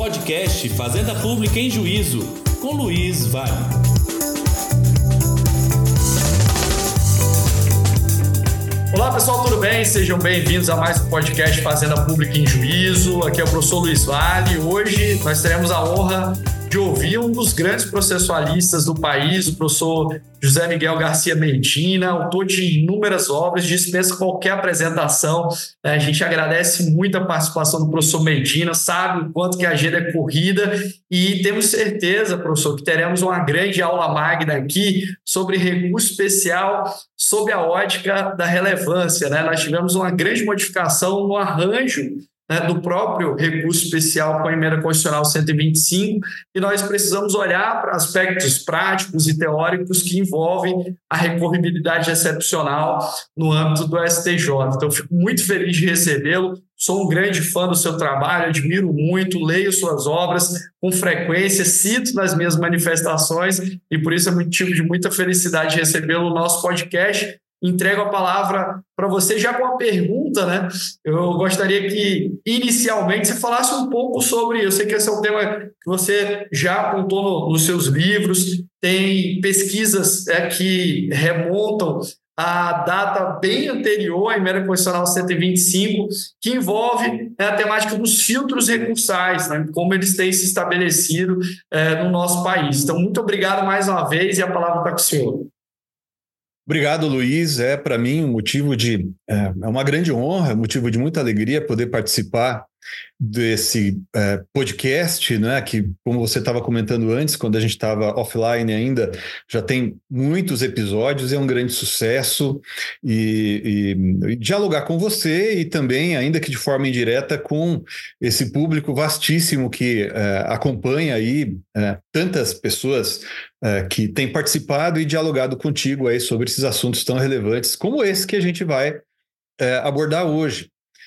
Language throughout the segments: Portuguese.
Podcast Fazenda Pública em Juízo, com Luiz Vale. Olá pessoal, tudo bem? Sejam bem-vindos a mais um podcast Fazenda Pública em Juízo. Aqui é o professor Luiz Vale. Hoje nós teremos a honra de ouvir um dos grandes processualistas do país, o professor José Miguel Garcia Medina, autor de inúmeras obras, dispensa qualquer apresentação. A gente agradece muito a participação do professor Medina, sabe o quanto que a agenda é corrida e temos certeza, professor, que teremos uma grande aula magna aqui sobre recurso especial sob a ótica da relevância, né? Nós tivemos uma grande modificação no arranjo do próprio recurso especial com a emenda constitucional 125, e nós precisamos olhar para aspectos práticos e teóricos que envolvem a recorribilidade excepcional no âmbito do STJ. Então, fico muito feliz de recebê-lo, sou um grande fã do seu trabalho, admiro muito, leio suas obras com frequência, cito nas minhas manifestações, e por isso é motivo de muita felicidade recebê-lo no nosso podcast. Entrego a palavra para você já com uma pergunta, né? Eu gostaria que, inicialmente, você falasse um pouco sobre... Eu sei que esse é um tema que você já apontou nos seus livros, tem pesquisas que remontam a data bem anterior à emenda constitucional 125, que envolve a temática dos filtros recursais, né? Como eles têm se estabelecido no nosso país. Então, muito obrigado mais uma vez e a palavra está com o senhor. Obrigado, Luiz. Para mim um motivo de... É uma grande honra, motivo de muita alegria poder participar desse podcast, né, que, como você estava comentando antes, quando a gente estava offline ainda, já tem muitos episódios, é um grande sucesso, e dialogar com você e também, ainda que de forma indireta, com esse público vastíssimo que acompanha aí tantas pessoas que têm participado e dialogado contigo aí sobre esses assuntos tão relevantes como esse que a gente vai abordar hoje.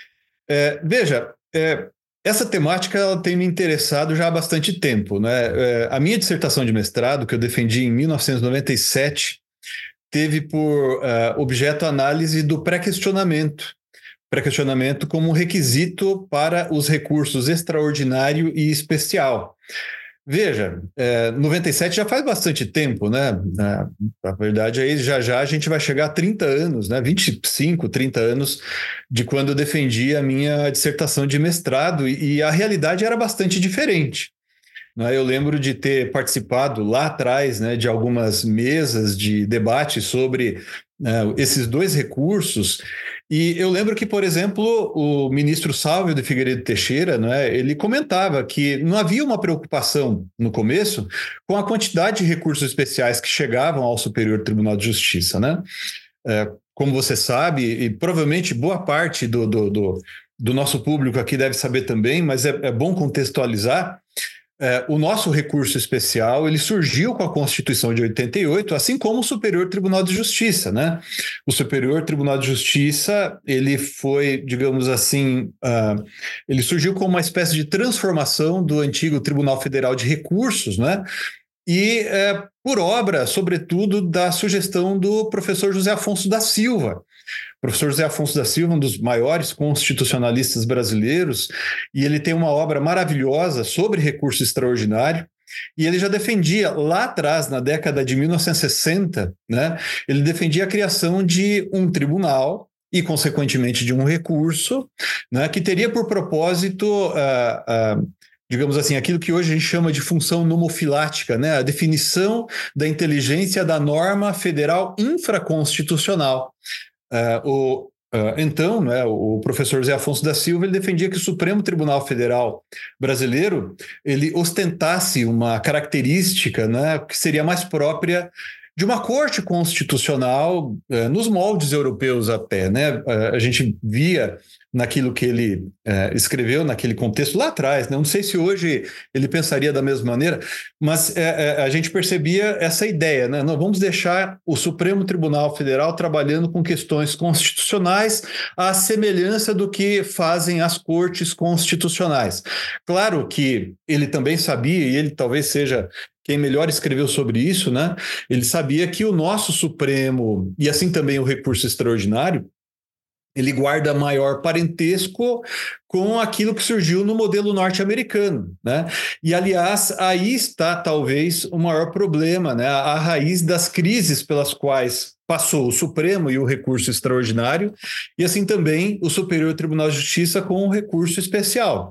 Veja, essa temática ela tem me interessado já há bastante tempo, né? A minha dissertação de mestrado, que eu defendi em 1997, teve por objeto a análise do pré-questionamento como requisito para os recursos extraordinário e especial. Veja, 97 já faz bastante tempo, né? Na verdade, aí já a gente vai chegar a 30 anos, né? 25, 30 anos de quando eu defendi a minha dissertação de mestrado, e a realidade era bastante diferente. Eu lembro de ter participado lá atrás, né, de algumas mesas de debate sobre esses dois recursos, e eu lembro que, por exemplo, o ministro Sálvio de Figueiredo Teixeira, né, ele comentava que não havia uma preocupação no começo com a quantidade de recursos especiais que chegavam ao Superior Tribunal de Justiça, né? Como você sabe, e provavelmente boa parte do nosso público aqui deve saber também, mas é bom contextualizar. O nosso recurso especial ele surgiu com a Constituição de 88, assim como o Superior Tribunal de Justiça, né? O Superior Tribunal de Justiça ele foi, digamos assim, ele surgiu como uma espécie de transformação do antigo Tribunal Federal de Recursos, né? E por obra, sobretudo, da sugestão do professor José Afonso da Silva. O professor José Afonso da Silva, um dos maiores constitucionalistas brasileiros, e ele tem uma obra maravilhosa sobre recurso extraordinário, e ele já defendia lá atrás, na década de 1960, né, ele defendia a criação de um tribunal e, consequentemente, de um recurso, né, que teria por propósito... digamos assim, aquilo que hoje a gente chama de função nomofilática, né? A definição da inteligência da norma federal infraconstitucional. Então, né, o professor José Afonso da Silva ele defendia que o Supremo Tribunal Federal brasileiro ele ostentasse uma característica, né, que seria mais própria de uma corte constitucional nos moldes europeus até, né? A gente via naquilo que ele escreveu, naquele contexto lá atrás, né? Não sei se hoje ele pensaria da mesma maneira, mas a gente percebia essa ideia, né? Não, vamos deixar o Supremo Tribunal Federal trabalhando com questões constitucionais à semelhança do que fazem as cortes constitucionais. Claro que ele também sabia, e ele talvez seja quem melhor escreveu sobre isso, né? Ele sabia que o nosso Supremo, e assim também o recurso extraordinário, ele guarda maior parentesco com aquilo que surgiu no modelo norte-americano, né? E, aliás, aí está talvez o maior problema, né? A raiz das crises pelas quais passou o Supremo e o recurso extraordinário, e assim também o Superior Tribunal de Justiça com o recurso especial.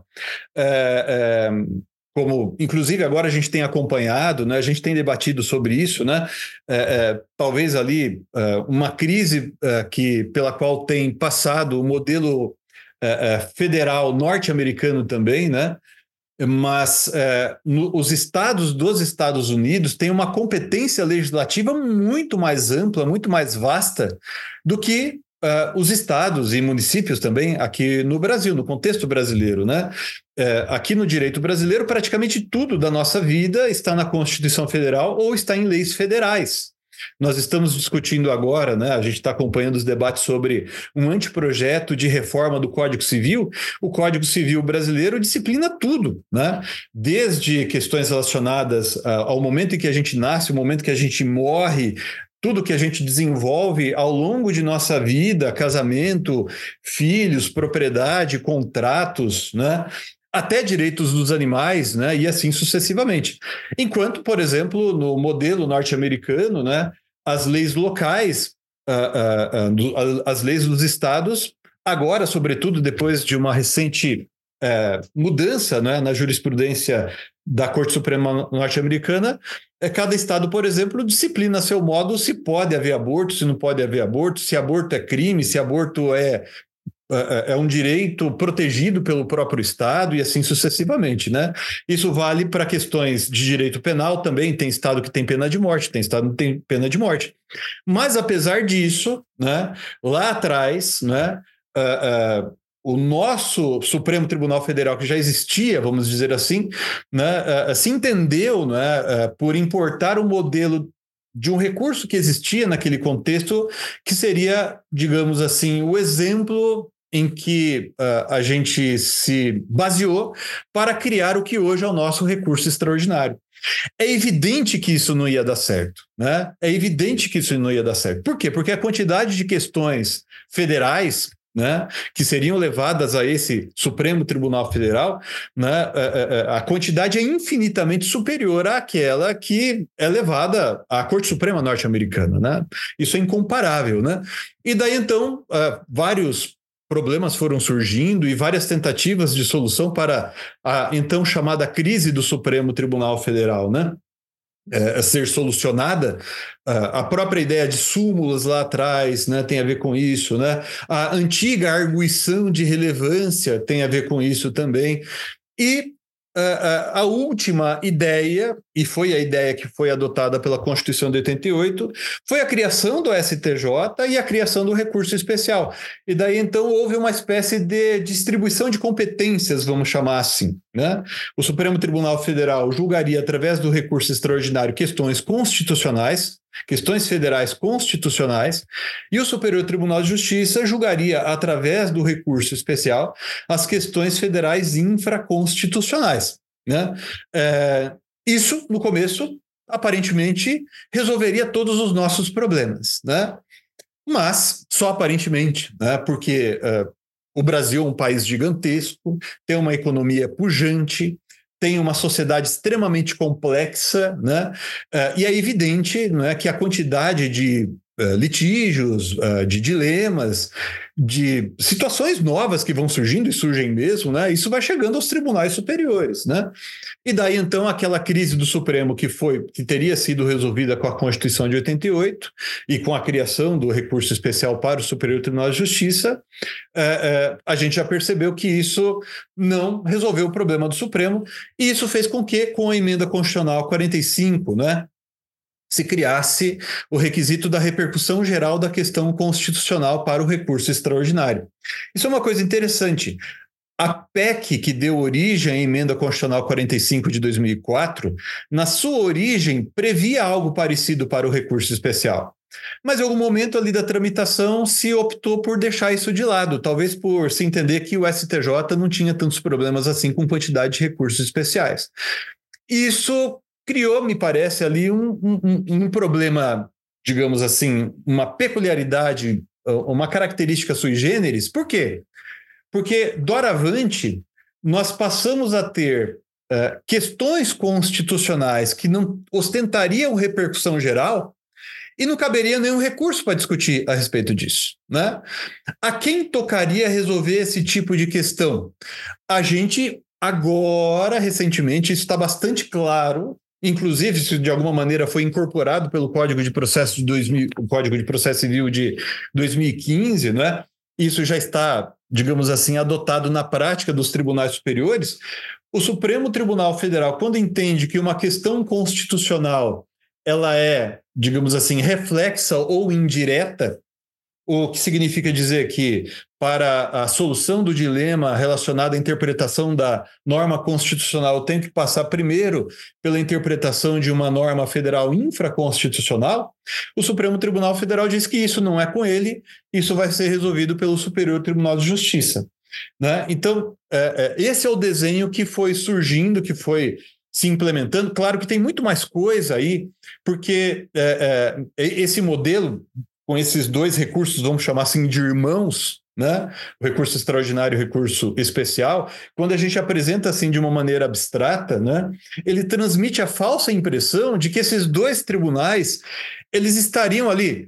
Como, inclusive, agora a gente tem acompanhado, né, a gente tem debatido sobre isso, né, talvez ali uma crise pela qual tem passado o modelo federal norte-americano também, né, mas os estados dos Estados Unidos têm uma competência legislativa muito mais ampla, muito mais vasta do que os estados e municípios também aqui no Brasil, no contexto brasileiro, né? Aqui no direito brasileiro, praticamente tudo da nossa vida está na Constituição Federal ou está em leis federais. Nós estamos discutindo agora, né? A gente está acompanhando os debates sobre um anteprojeto de reforma do Código Civil. O Código Civil brasileiro disciplina tudo, né? Desde questões relacionadas ao momento em que a gente nasce, o momento que a gente morre, tudo que a gente desenvolve ao longo de nossa vida, casamento, filhos, propriedade, contratos, né? Até direitos dos animais, né? E assim sucessivamente. Enquanto, por exemplo, no modelo norte-americano, né? As leis locais, as leis dos estados, agora, sobretudo, depois de uma recente mudança, né, na jurisprudência da Corte Suprema norte-americana, cada estado, por exemplo, disciplina a seu modo se pode haver aborto, se não pode haver aborto, se aborto é crime, se aborto é um direito protegido pelo próprio Estado e assim sucessivamente, né? Isso vale para questões de direito penal também, tem Estado que tem pena de morte, tem Estado que não tem pena de morte. Mas, apesar disso, né, lá atrás, né, o nosso Supremo Tribunal Federal, que já existia, vamos dizer assim, né, se entendeu, né, por importar um modelo de um recurso que existia naquele contexto, que seria, digamos assim, o exemplo em que a gente se baseou para criar o que hoje é o nosso recurso extraordinário. É evidente que isso não ia dar certo, né? É evidente que isso não ia dar certo. Por quê? Porque a quantidade de questões federais, né, que seriam levadas a esse Supremo Tribunal Federal, né, a quantidade é infinitamente superior àquela que é levada à Corte Suprema norte-americana, né? Isso é incomparável, né? E daí, então, vários problemas foram surgindo e várias tentativas de solução para a então chamada crise do Supremo Tribunal Federal, né? Ser solucionada. A própria ideia de súmulas lá atrás, né, tem a ver com isso, né? A antiga arguição de relevância tem a ver com isso também. E a última ideia, e foi a ideia que foi adotada pela Constituição de 88, foi a criação do STJ e a criação do recurso especial. E daí, então, houve uma espécie de distribuição de competências, vamos chamar assim, né? O Supremo Tribunal Federal julgaria, através do recurso extraordinário, questões constitucionais, questões federais constitucionais, e o Superior Tribunal de Justiça julgaria, através do recurso especial, as questões federais infraconstitucionais, né? Isso, no começo, aparentemente, resolveria todos os nossos problemas, né? Mas, só aparentemente, né? Porque o Brasil é um país gigantesco, tem uma economia pujante, tem uma sociedade extremamente complexa, né? E é evidente, né, que a quantidade de litígios, de dilemas, de situações novas que vão surgindo e surgem mesmo, né? Isso vai chegando aos tribunais superiores, né? E daí, então, aquela crise do Supremo que teria sido resolvida com a Constituição de 88 e com a criação do recurso especial para o Superior Tribunal de Justiça, a gente já percebeu que isso não resolveu o problema do Supremo, e isso fez com que, com a emenda constitucional 45, né, se criasse o requisito da repercussão geral da questão constitucional para o recurso extraordinário. Isso é uma coisa interessante. A PEC que deu origem à emenda constitucional 45 de 2004, na sua origem, previa algo parecido para o recurso especial. Mas em algum momento ali da tramitação se optou por deixar isso de lado, talvez por se entender que o STJ não tinha tantos problemas assim com quantidade de recursos especiais. Isso criou, me parece, ali um problema, digamos assim, uma peculiaridade uma característica sui generis. Por quê? Porque, doravante, nós passamos a ter questões constitucionais que não ostentariam repercussão geral e não caberia nenhum recurso para discutir a respeito disso, né? A quem tocaria resolver esse tipo de questão? A gente, agora, recentemente, isso está bastante claro, inclusive, isso de alguma maneira foi incorporado pelo Código de Processo o Código de Processo Civil de 2015, né? Isso já está, digamos assim, adotado na prática dos tribunais superiores. O Supremo Tribunal Federal, quando entende que uma questão constitucional ela é, digamos assim, reflexa ou indireta, o que significa dizer que, para a solução do dilema relacionado à interpretação da norma constitucional, tem que passar primeiro pela interpretação de uma norma federal infraconstitucional, o Supremo Tribunal Federal diz que isso não é com ele, isso vai ser resolvido pelo Superior Tribunal de Justiça, né? Então, esse é o desenho que foi surgindo, que foi se implementando. Claro que tem muito mais coisa aí, porque esse modelo, com esses dois recursos, vamos chamar assim de irmãos, né? O recurso extraordinário e o recurso especial, quando a gente apresenta assim de uma maneira abstrata, né? Ele transmite a falsa impressão de que esses dois tribunais eles estariam ali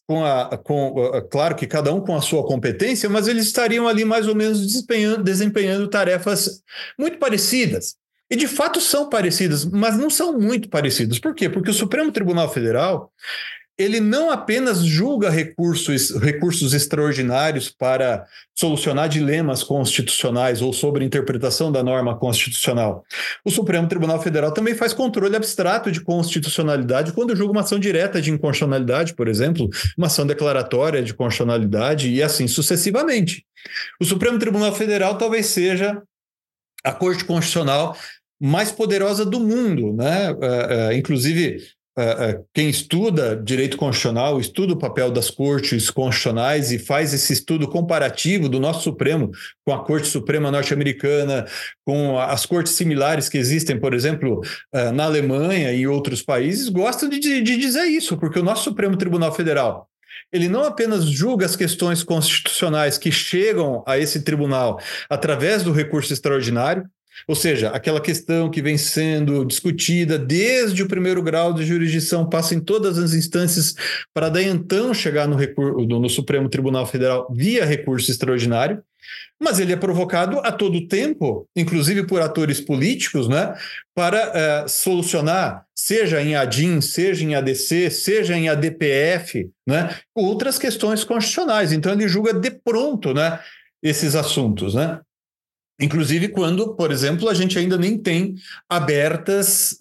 claro que cada um com a sua competência, mas eles estariam ali mais ou menos desempenhando tarefas muito parecidas. E de fato são parecidas, mas não são muito parecidas. Por quê? Porque o Supremo Tribunal Federal ele não apenas julga recursos extraordinários para solucionar dilemas constitucionais ou sobre interpretação da norma constitucional. O Supremo Tribunal Federal também faz controle abstrato de constitucionalidade quando julga uma ação direta de inconstitucionalidade, por exemplo, uma ação declaratória de constitucionalidade e assim sucessivamente. O Supremo Tribunal Federal talvez seja a Corte Constitucional mais poderosa do mundo, né? Inclusive, quem estuda direito constitucional, estuda o papel das cortes constitucionais e faz esse estudo comparativo do nosso Supremo com a Corte Suprema norte-americana, com as cortes similares que existem, por exemplo, na Alemanha e outros países, gostam de dizer isso, porque o nosso Supremo Tribunal Federal, ele não apenas julga as questões constitucionais que chegam a esse tribunal através do recurso extraordinário, ou seja, aquela questão que vem sendo discutida desde o primeiro grau de jurisdição, passa em todas as instâncias para daí então chegar no Supremo Tribunal Federal via recurso extraordinário, mas ele é provocado a todo tempo, inclusive por atores políticos, né, para solucionar, seja em ADIM, seja em ADC, seja em ADPF, né, outras questões constitucionais. Então ele julga de pronto, né, esses assuntos, né? Inclusive quando, por exemplo, a gente ainda nem tem abertos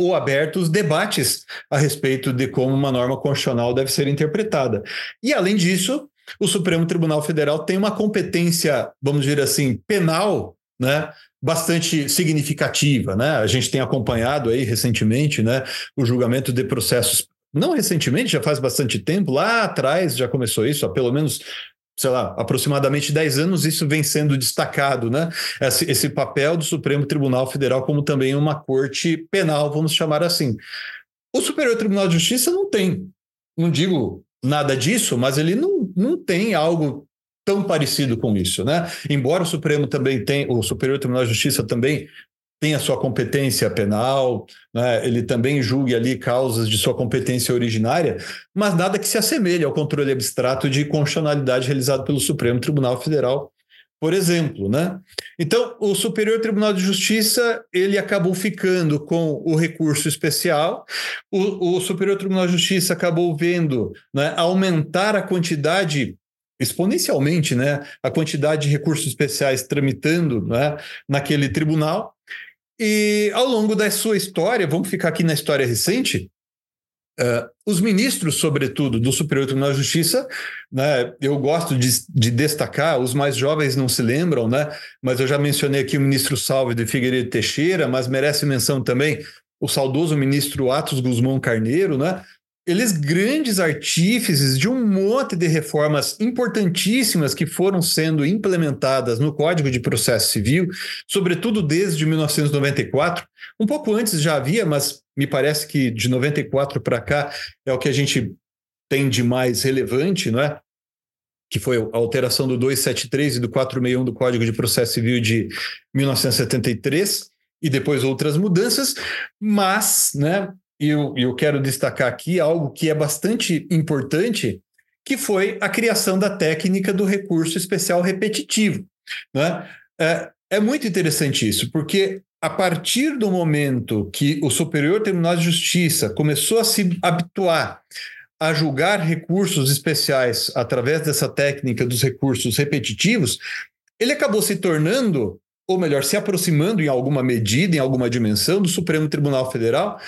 debates a respeito de como uma norma constitucional deve ser interpretada. E, além disso, o Supremo Tribunal Federal tem uma competência, vamos dizer assim, penal, né, bastante significativa, né? A gente tem acompanhado aí recentemente, né, o julgamento de processos, não recentemente, já faz bastante tempo, lá atrás já começou isso, há pelo menos, sei lá, aproximadamente 10 anos, isso vem sendo destacado, né? Esse papel do Supremo Tribunal Federal como também uma corte penal, vamos chamar assim. O Superior Tribunal de Justiça não digo nada disso, mas ele não tem algo tão parecido com isso, né? Embora o Superior Tribunal de Justiça também tem a sua competência penal, né? Ele também julgue ali causas de sua competência originária, mas nada que se assemelhe ao controle abstrato de constitucionalidade realizado pelo Supremo Tribunal Federal, por exemplo, né? Então, o Superior Tribunal de Justiça, ele acabou ficando com o recurso especial, o Superior Tribunal de Justiça acabou vendo, né, aumentar a quantidade exponencialmente, né, a quantidade de recursos especiais tramitando, né, naquele tribunal. E ao longo da sua história, vamos ficar aqui na história recente, os ministros, sobretudo, do Superior Tribunal de Justiça, né, eu gosto de destacar, os mais jovens não se lembram, né, mas eu já mencionei aqui o ministro Salve de Figueiredo Teixeira, mas merece menção também o saudoso ministro Atos Guzmão Carneiro, né, eles grandes artífices de um monte de reformas importantíssimas que foram sendo implementadas no Código de Processo Civil, sobretudo desde 1994. Um pouco antes já havia, mas me parece que de 94 para cá é o que a gente tem de mais relevante, não é? que foi a alteração do 273 e do 461 do Código de Processo Civil de 1973, e depois outras mudanças, mas, né, eu quero destacar aqui algo que é bastante importante, que foi a criação da técnica do recurso especial repetitivo, né? É muito interessante isso, porque a partir do momento que o Superior Tribunal de Justiça começou a se habituar a julgar recursos especiais através dessa técnica dos recursos repetitivos, ele acabou se tornando, ou melhor, se aproximando em alguma medida, em alguma dimensão, do Supremo Tribunal Federal,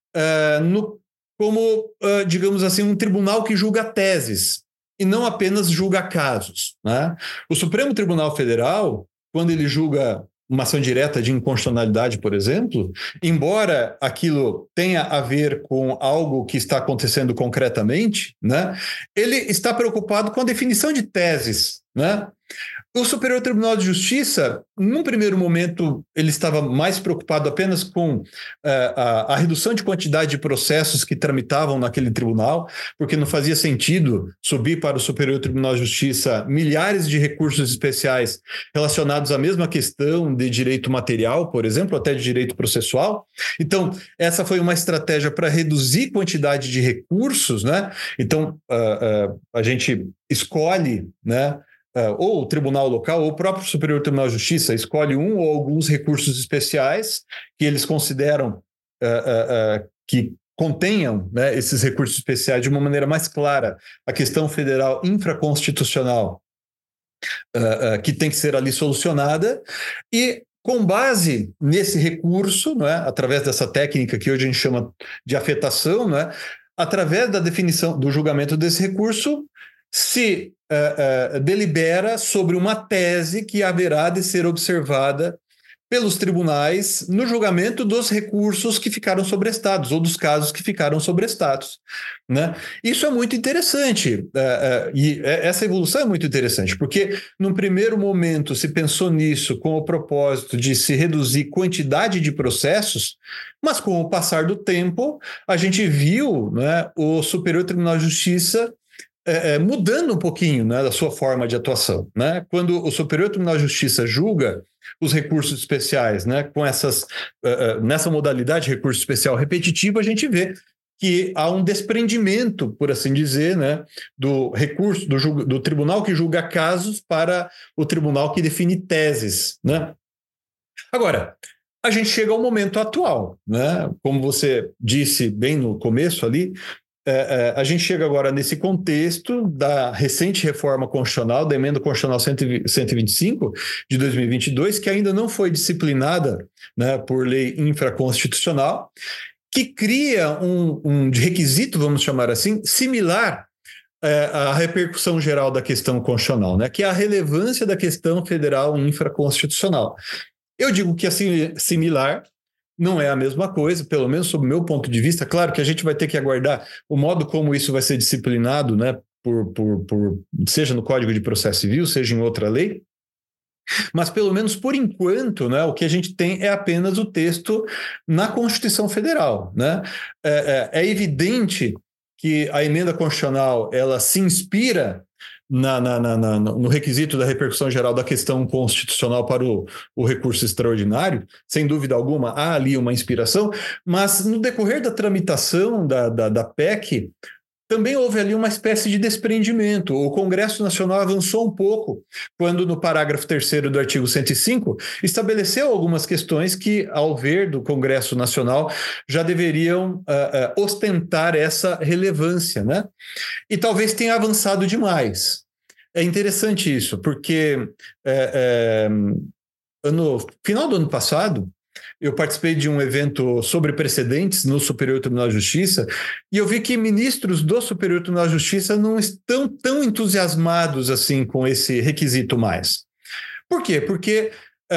como, digamos assim, um tribunal que julga teses e não apenas julga casos, né? O Supremo Tribunal Federal, quando ele julga uma ação direta de inconstitucionalidade, por exemplo, embora aquilo tenha a ver com algo que está acontecendo concretamente, né, ele está preocupado com a definição de teses, né? O Superior Tribunal de Justiça, num primeiro momento, ele estava mais preocupado apenas com a redução de quantidade de processos que tramitavam naquele tribunal, porque não fazia sentido subir para o Superior Tribunal de Justiça milhares de recursos especiais relacionados à mesma questão de direito material, por exemplo, até de direito processual. Então, essa foi uma estratégia para reduzir quantidade de recursos, né? Então, a gente escolhe, né, ou o tribunal local, ou o próprio Superior Tribunal de Justiça escolhe um ou alguns recursos especiais que eles consideram que contenham, né, esses recursos especiais de uma maneira mais clara a questão federal infraconstitucional que tem que ser ali solucionada, e com base nesse recurso, né, através dessa técnica que hoje a gente chama de afetação, né, através da definição do julgamento desse recurso, se delibera sobre uma tese que haverá de ser observada pelos tribunais no julgamento dos recursos que ficaram sobrestados ou dos casos que ficaram sobrestados, né? Isso é muito interessante, e essa evolução é muito interessante, porque num primeiro momento se pensou nisso com o propósito de se reduzir quantidade de processos, mas com o passar do tempo a gente viu, né, o Superior Tribunal de Justiça mudando um pouquinho, né, da sua forma de atuação, né? Quando o Superior Tribunal de Justiça julga os recursos especiais, né, com nessa modalidade de recurso especial repetitivo, a gente vê que há um desprendimento, por assim dizer, né, do recurso do tribunal que julga casos para o tribunal que define teses, né? Agora, a gente chega ao momento atual, né? Como você disse bem no começo ali, a gente chega agora nesse contexto da recente reforma constitucional, da emenda constitucional 125 de 2022, que ainda não foi disciplinada, né, por lei infraconstitucional, que cria um requisito, vamos chamar assim, similar à repercussão geral da questão constitucional, né, que é a relevância da questão federal infraconstitucional. Eu digo que é similar. Não é a mesma coisa, pelo menos sob o meu ponto de vista. Claro que a gente vai ter que aguardar o modo como isso vai ser disciplinado, né, seja no Código de Processo Civil, seja em outra lei, mas pelo menos por enquanto, né, o que a gente tem é apenas o texto na Constituição Federal, né? É evidente que a emenda constitucional ela se inspira no requisito da repercussão geral da questão constitucional para o recurso extraordinário, sem dúvida alguma, há ali uma inspiração, mas no decorrer da tramitação da PEC, também houve ali uma espécie de desprendimento. O Congresso Nacional avançou um pouco quando, no parágrafo 3º do artigo 105, estabeleceu algumas questões que, ao ver do Congresso Nacional, já deveriam ostentar essa relevância, né? E talvez tenha avançado demais. É interessante isso, porque no final do ano passado, eu participei de um evento sobre precedentes no Superior Tribunal de Justiça e eu vi que ministros do Superior Tribunal de Justiça não estão tão entusiasmados assim com esse requisito mais. Por quê? Porque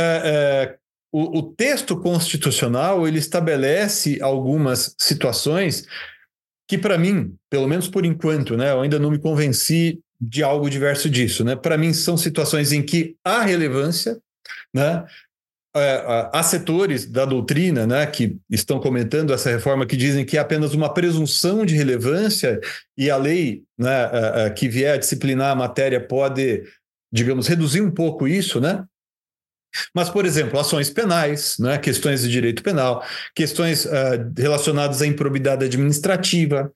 o texto constitucional ele estabelece algumas situações que, para mim, pelo menos por enquanto, né, eu ainda não me convenci de algo diverso disso, né? Para mim, são situações em que há relevância, né? há setores da doutrina, né, que estão comentando essa reforma, que dizem que é apenas uma presunção de relevância e a lei, né, que vier a disciplinar a matéria pode, digamos, reduzir um pouco isso, né? Mas, por exemplo, ações penais, né, questões de direito penal, questões relacionadas à improbidade administrativa.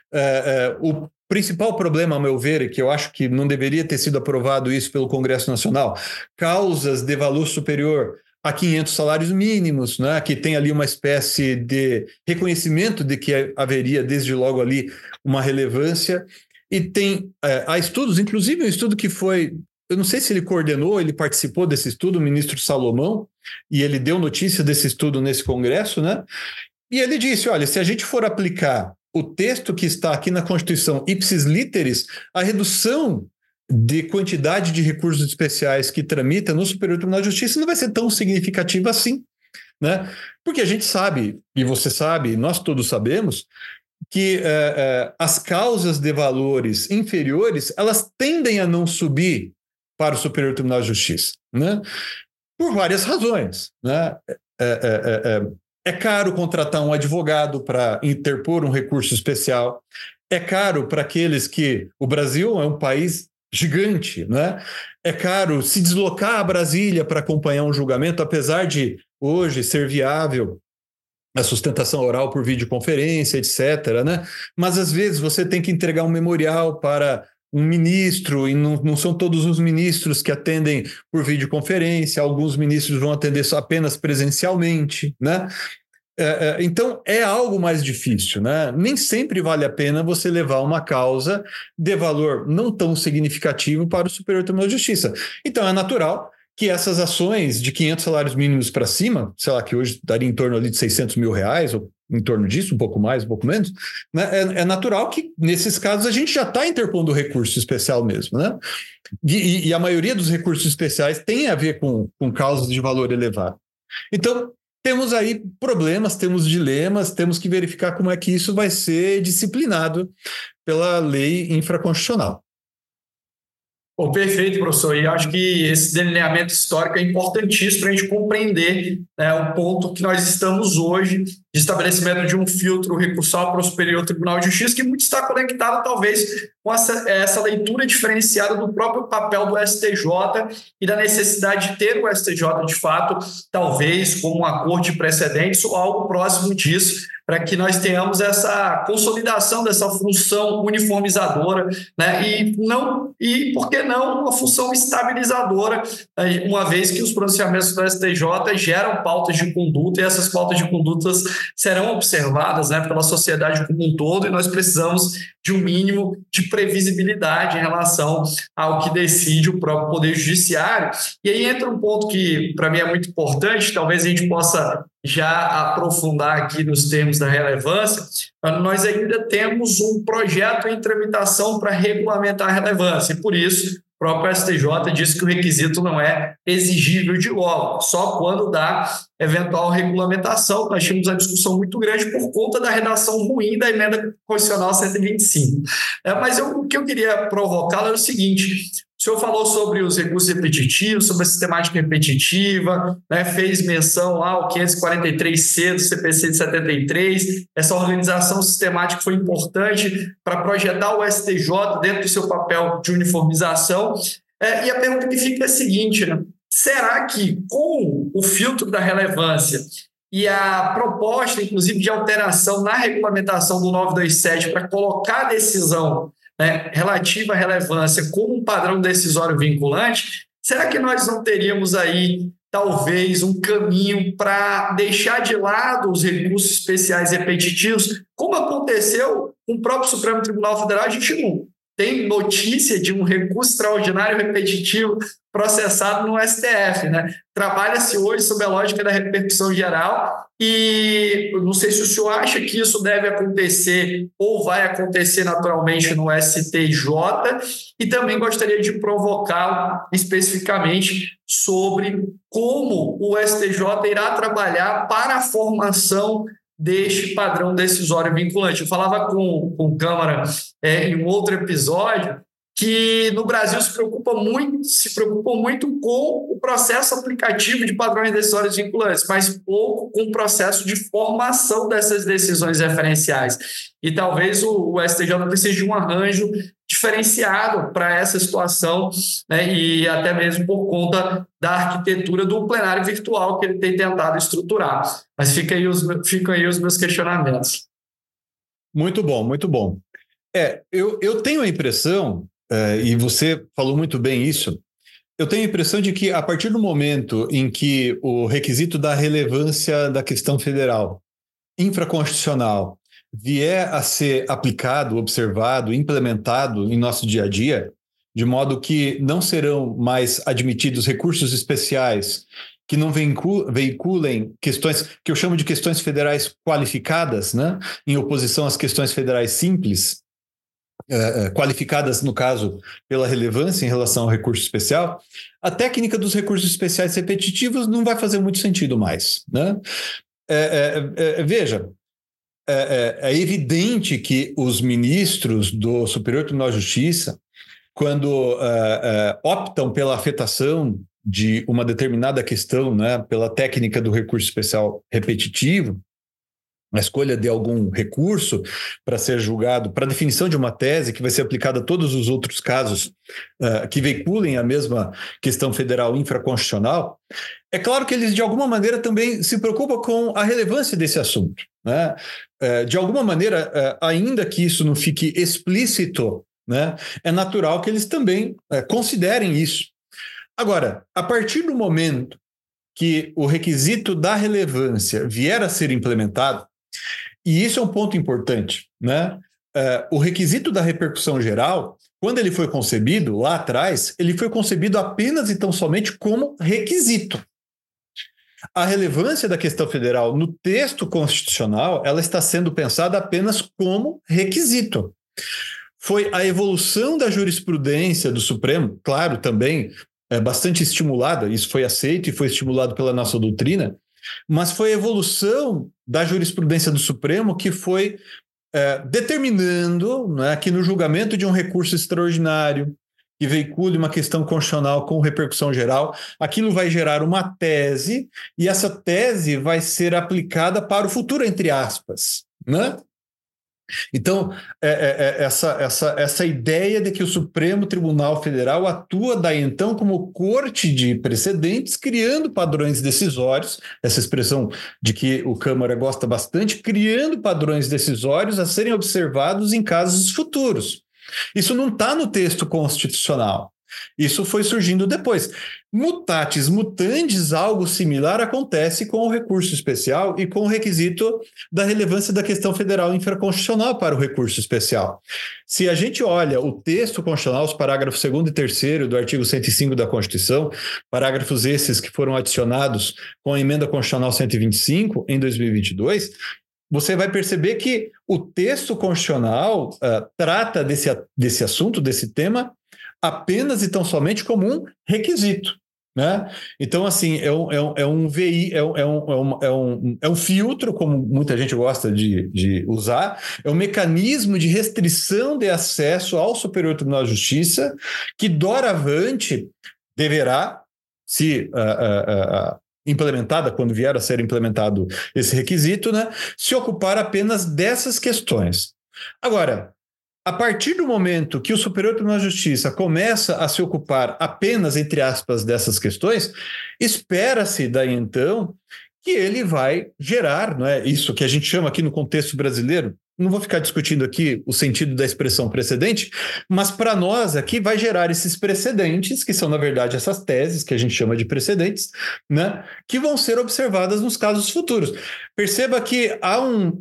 O principal problema, ao meu ver, é que eu acho que não deveria ter sido aprovado isso pelo Congresso Nacional, causas de valor superior a 500 salários mínimos, né, que tem ali uma espécie de reconhecimento de que haveria, desde logo ali, uma relevância. E há estudos, inclusive um estudo que foi... Eu não sei se ele coordenou, ele participou desse estudo, o ministro Salomão, e ele deu notícia desse estudo nesse congresso, né? E ele disse, olha, se a gente for aplicar o texto que está aqui na Constituição ipsis literis, a redução de quantidade de recursos especiais que tramita no Superior Tribunal de Justiça não vai ser tão significativa assim, né? Porque a gente sabe, e você sabe, nós todos sabemos, que as causas de valores inferiores, elas tendem a não subir para o Superior Tribunal de Justiça, né? Por várias razões, né? É caro contratar um advogado para interpor um recurso especial, é caro para aqueles que... O Brasil é um país gigante, né? É caro se deslocar a Brasília para acompanhar um julgamento, apesar de hoje ser viável a sustentação oral por videoconferência, etc., né? Mas às vezes você tem que entregar um memorial para um ministro, e não são todos os ministros que atendem por videoconferência, alguns ministros vão atender só apenas presencialmente, né? Então, é algo mais difícil, né? Nem sempre vale a pena você levar uma causa de valor não tão significativo para o Superior Tribunal de Justiça. Então, é natural que essas ações de 500 salários mínimos para cima, sei lá, que hoje daria em torno ali de 600 mil reais, ou em torno disso, um pouco mais, um pouco menos, né? É natural que, nesses casos, a gente já está interpondo recurso especial mesmo, né? E a maioria dos recursos especiais tem a ver com causas de valor elevado. Então, temos aí problemas, temos dilemas, temos que verificar como é que isso vai ser disciplinado pela lei infraconstitucional. Oh, perfeito, professor. E acho que esse delineamento histórico é importantíssimo para a gente compreender, né, o ponto que nós estamos hoje de estabelecimento de um filtro recursal para o Superior Tribunal de Justiça, que muito está conectado, talvez, com essa leitura diferenciada do próprio papel do STJ e da necessidade de ter o STJ, de fato, talvez como uma corte de precedentes ou algo próximo disso, para que nós tenhamos essa consolidação dessa função uniformizadora, né? E por que não, uma função estabilizadora, uma vez que os pronunciamentos do STJ geram pautas de conduta e essas pautas de condutas serão observadas, né, pela sociedade como um todo, e nós precisamos de um mínimo de previsibilidade em relação ao que decide o próprio Poder Judiciário. E aí entra um ponto que, para mim, é muito importante, talvez a gente possa já aprofundar aqui nos termos da relevância. Nós ainda temos um projeto em tramitação para regulamentar a relevância, e por isso o próprio STJ diz que o requisito não é exigível de logo, só quando dá eventual regulamentação. Nós tínhamos uma discussão muito grande por conta da redação ruim da emenda constitucional 125. Mas o que eu queria provocar é o seguinte: o senhor falou sobre os recursos repetitivos, sobre a sistemática repetitiva, né, fez menção ao 543C do CPC de 73. Essa organização sistemática foi importante para projetar o STJ dentro do seu papel de uniformização. E a pergunta que fica é a seguinte, né? Será que com o filtro da relevância e a proposta, inclusive, de alteração na regulamentação do 927 para colocar a decisão, né, relativa à relevância como um padrão decisório vinculante, será que nós não teríamos aí talvez um caminho para deixar de lado os recursos especiais repetitivos, como aconteceu com o próprio Supremo Tribunal Federal? A gente não tem notícia de um recurso extraordinário repetitivo processado no STF, né? Trabalha-se hoje sob a lógica da repercussão geral e não sei se o senhor acha que isso deve acontecer ou vai acontecer naturalmente no STJ, e também gostaria de provocar especificamente sobre como o STJ irá trabalhar para a formação deste padrão decisório vinculante. Eu falava com Câmara em um outro episódio que no Brasil se preocupam muito com o processo aplicativo de padrões decisórios vinculantes, mas pouco com o processo de formação dessas decisões referenciais. E talvez o STJ precise de um arranjo diferenciado para essa situação, né, e até mesmo por conta da arquitetura do plenário virtual que ele tem tentado estruturar. Mas ficam aí os meus questionamentos. Muito bom, muito bom. Eu tenho a impressão, e você falou muito bem isso, eu tenho a impressão de que a partir do momento em que o requisito da relevância da questão federal infraconstitucional vier a ser aplicado, observado, implementado em nosso dia a dia, de modo que não serão mais admitidos recursos especiais que não veiculem questões que eu chamo de questões federais qualificadas, né, em oposição às questões federais simples, qualificadas, no caso, pela relevância em relação ao recurso especial, a técnica dos recursos especiais repetitivos não vai fazer muito sentido mais, né? Veja, é evidente que os ministros do Superior Tribunal de Justiça, quando optam pela afetação de uma determinada questão, né, pela técnica do recurso especial repetitivo, a escolha de algum recurso para ser julgado, para definição de uma tese que vai ser aplicada a todos os outros casos que veiculem a mesma questão federal infraconstitucional, é claro que eles, de alguma maneira, também se preocupam com a relevância desse assunto, né? De alguma maneira, ainda que isso não fique explícito, né, é natural que eles também considerem isso. Agora, a partir do momento que o requisito da relevância vier a ser implementado, e isso é um ponto importante, né? O requisito da repercussão geral, quando ele foi concebido lá atrás, ele foi concebido apenas e tão somente como requisito. A relevância da questão federal no texto constitucional, ela está sendo pensada apenas como requisito. Foi a evolução da jurisprudência do Supremo, claro, também bastante estimulada, isso foi aceito e foi estimulado pela nossa doutrina, mas foi a evolução da jurisprudência do Supremo que foi determinando, né, que no julgamento de um recurso extraordinário que veicule uma questão constitucional com repercussão geral, aquilo vai gerar uma tese e essa tese vai ser aplicada para o futuro, entre aspas, né? Então, essa ideia de que o Supremo Tribunal Federal atua daí então como corte de precedentes, criando padrões decisórios, essa expressão de que o Câmara gosta bastante, criando padrões decisórios a serem observados em casos futuros. Isso não está no texto constitucional. Isso foi surgindo depois. Mutatis mutandis, algo similar acontece com o recurso especial e com o requisito da relevância da questão federal infraconstitucional para o recurso especial. Se a gente olha o texto constitucional, os parágrafos 2º e 3º do artigo 105 da Constituição, parágrafos esses que foram adicionados com a emenda constitucional 125 em 2022, você vai perceber que o texto constitucional trata desse assunto, desse tema, apenas e tão somente como um requisito, né? Então, assim, é um filtro, como muita gente gosta de usar, é um mecanismo de restrição de acesso ao Superior Tribunal de Justiça que, doravante, deverá, se implementada, quando vier a ser implementado esse requisito, né, se ocupar apenas dessas questões. Agora, a partir do momento que o Superior Tribunal de Justiça começa a se ocupar apenas, entre aspas, dessas questões, espera-se daí então que ele vai gerar, não é, isso que a gente chama aqui no contexto brasileiro, não vou ficar discutindo aqui o sentido da expressão precedente, mas para nós aqui vai gerar esses precedentes, que são na verdade essas teses que a gente chama de precedentes, né, que vão ser observadas nos casos futuros. Perceba que há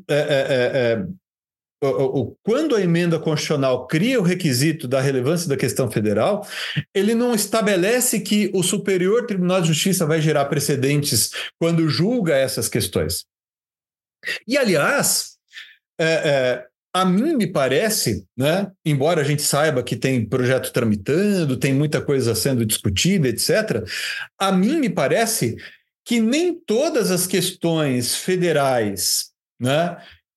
quando a emenda constitucional cria o requisito da relevância da questão federal, ele não estabelece que o Superior Tribunal de Justiça vai gerar precedentes quando julga essas questões. E, aliás, a mim me parece, né, embora a gente saiba que tem projeto tramitando, tem muita coisa sendo discutida, etc., a mim me parece que nem todas as questões federais, né,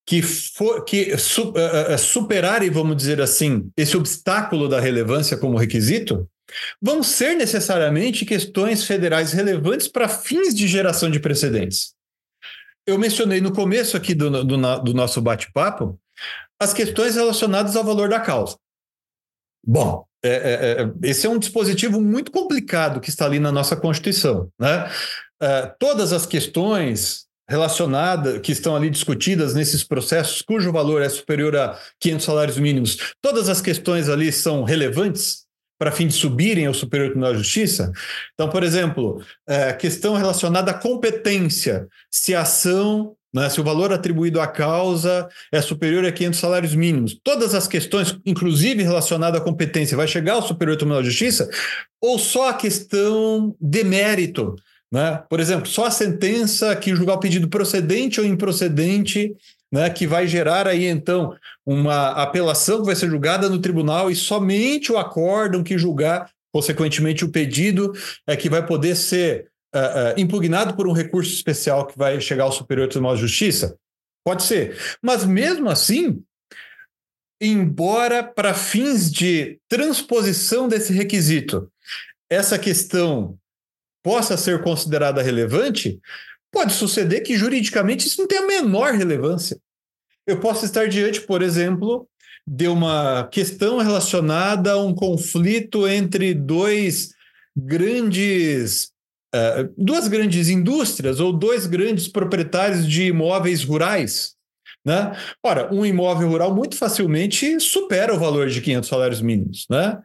superarem, vamos dizer assim, esse obstáculo da relevância como requisito, vão ser necessariamente questões federais relevantes para fins de geração de precedentes. Eu mencionei no começo aqui do nosso bate-papo as questões relacionadas ao valor da causa. Bom, esse é um dispositivo muito complicado que está ali na nossa Constituição, né? Todas as questões relacionadas, que estão ali discutidas nesses processos, cujo valor é superior a 500 salários mínimos, todas as questões ali são relevantes para fim de subirem ao Superior Tribunal de Justiça. Então, por exemplo, questão relacionada à competência, se a ação, né, se o valor atribuído à causa é superior a 500 salários mínimos. Todas as questões, inclusive relacionadas à competência, vai chegar ao Superior Tribunal de Justiça ou só a questão de mérito? Né? Por exemplo, só a sentença que julgar o pedido procedente ou improcedente, né, que vai gerar aí, então, uma apelação que vai ser julgada no tribunal e somente o acórdão que julgar, consequentemente, o pedido é que vai poder ser impugnado por um recurso especial que vai chegar ao Superior Tribunal de Justiça? Pode ser. Mas, mesmo assim, embora para fins de transposição desse requisito, essa questão possa ser considerada relevante, pode suceder que juridicamente isso não tem a menor relevância. Eu posso estar diante, por exemplo, de uma questão relacionada a um conflito entre duas grandes indústrias ou dois grandes proprietários de imóveis rurais, né? Ora, um imóvel rural muito facilmente supera o valor de 500 salários mínimos, né?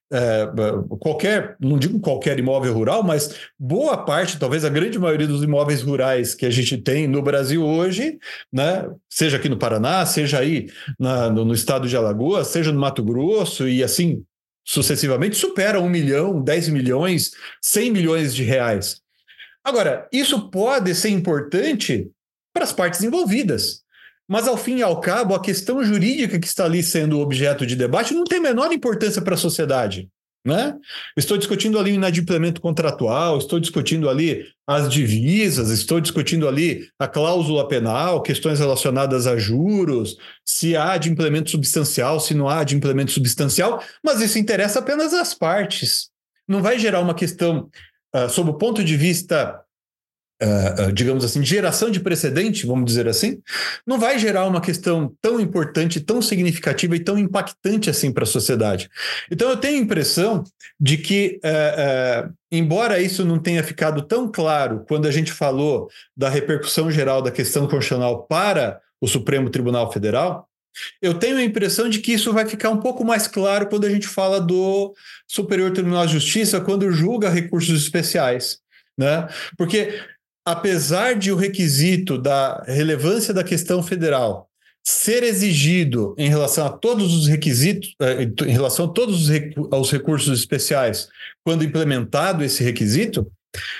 Não digo qualquer imóvel rural, mas boa parte, talvez a grande maioria dos imóveis rurais que a gente tem no Brasil hoje, né, seja aqui no Paraná, seja aí no estado de Alagoas, seja no Mato Grosso e assim sucessivamente, supera 1 milhão, 10 milhões, 100 milhões de reais. Agora, isso pode ser importante para as partes envolvidas. Mas, ao fim e ao cabo, a questão jurídica que está ali sendo objeto de debate não tem a menor importância para a sociedade, né? Estou discutindo ali o inadimplemento contratual, estou discutindo ali as divisas, estou discutindo ali a cláusula penal, questões relacionadas a juros, se há adimplemento substancial, se não há adimplemento substancial, mas isso interessa apenas às partes. Não vai gerar uma questão, sob o ponto de vista digamos assim, geração de precedente, vamos dizer assim, não vai gerar uma questão tão importante, tão significativa e tão impactante assim para a sociedade. Então eu tenho a impressão de que, embora isso não tenha ficado tão claro quando a gente falou da repercussão geral da questão constitucional para o Supremo Tribunal Federal, eu tenho a impressão de que isso vai ficar um pouco mais claro quando a gente fala do Superior Tribunal de Justiça, quando julga recursos especiais, né? Porque apesar de o requisito da relevância da questão federal ser exigido em relação a todos os requisitos, em relação a todos os recursos especiais, quando implementado esse requisito,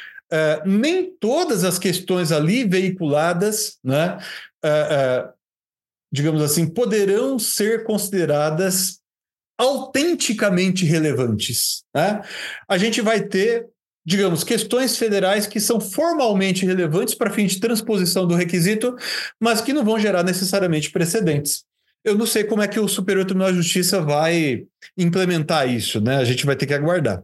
nem todas as questões ali veiculadas, né, digamos assim, poderão ser consideradas autenticamente relevantes, né? A gente vai ter, digamos, questões federais que são formalmente relevantes para fim de transposição do requisito, mas que não vão gerar necessariamente precedentes. Eu não sei como é que o Superior Tribunal de Justiça vai implementar isso, né? A gente vai ter que aguardar.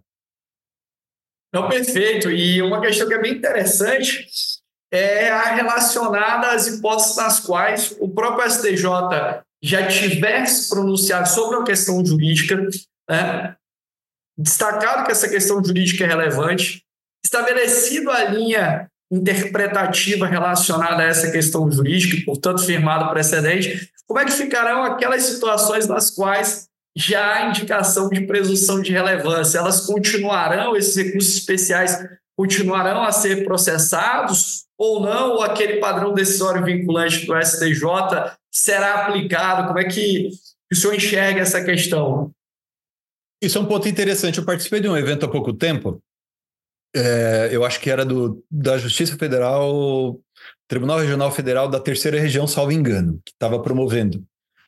Não, perfeito. E uma questão que é bem interessante é a relacionada às hipóteses nas quais o próprio STJ já tivesse pronunciado sobre a questão jurídica, né? Destacado que essa questão jurídica é relevante, estabelecido a linha interpretativa relacionada a essa questão jurídica e, portanto, firmado precedente, como é que ficarão aquelas situações nas quais já há indicação de presunção de relevância? Elas continuarão, esses recursos especiais continuarão a ser processados ou não? Ou aquele padrão decisório vinculante do STJ será aplicado? Como é que o senhor enxerga essa questão? Isso é um ponto interessante. Eu participei de um evento há pouco tempo, eu acho que era da Justiça Federal, Tribunal Regional Federal da Terceira Região, salvo engano, que estava promovendo.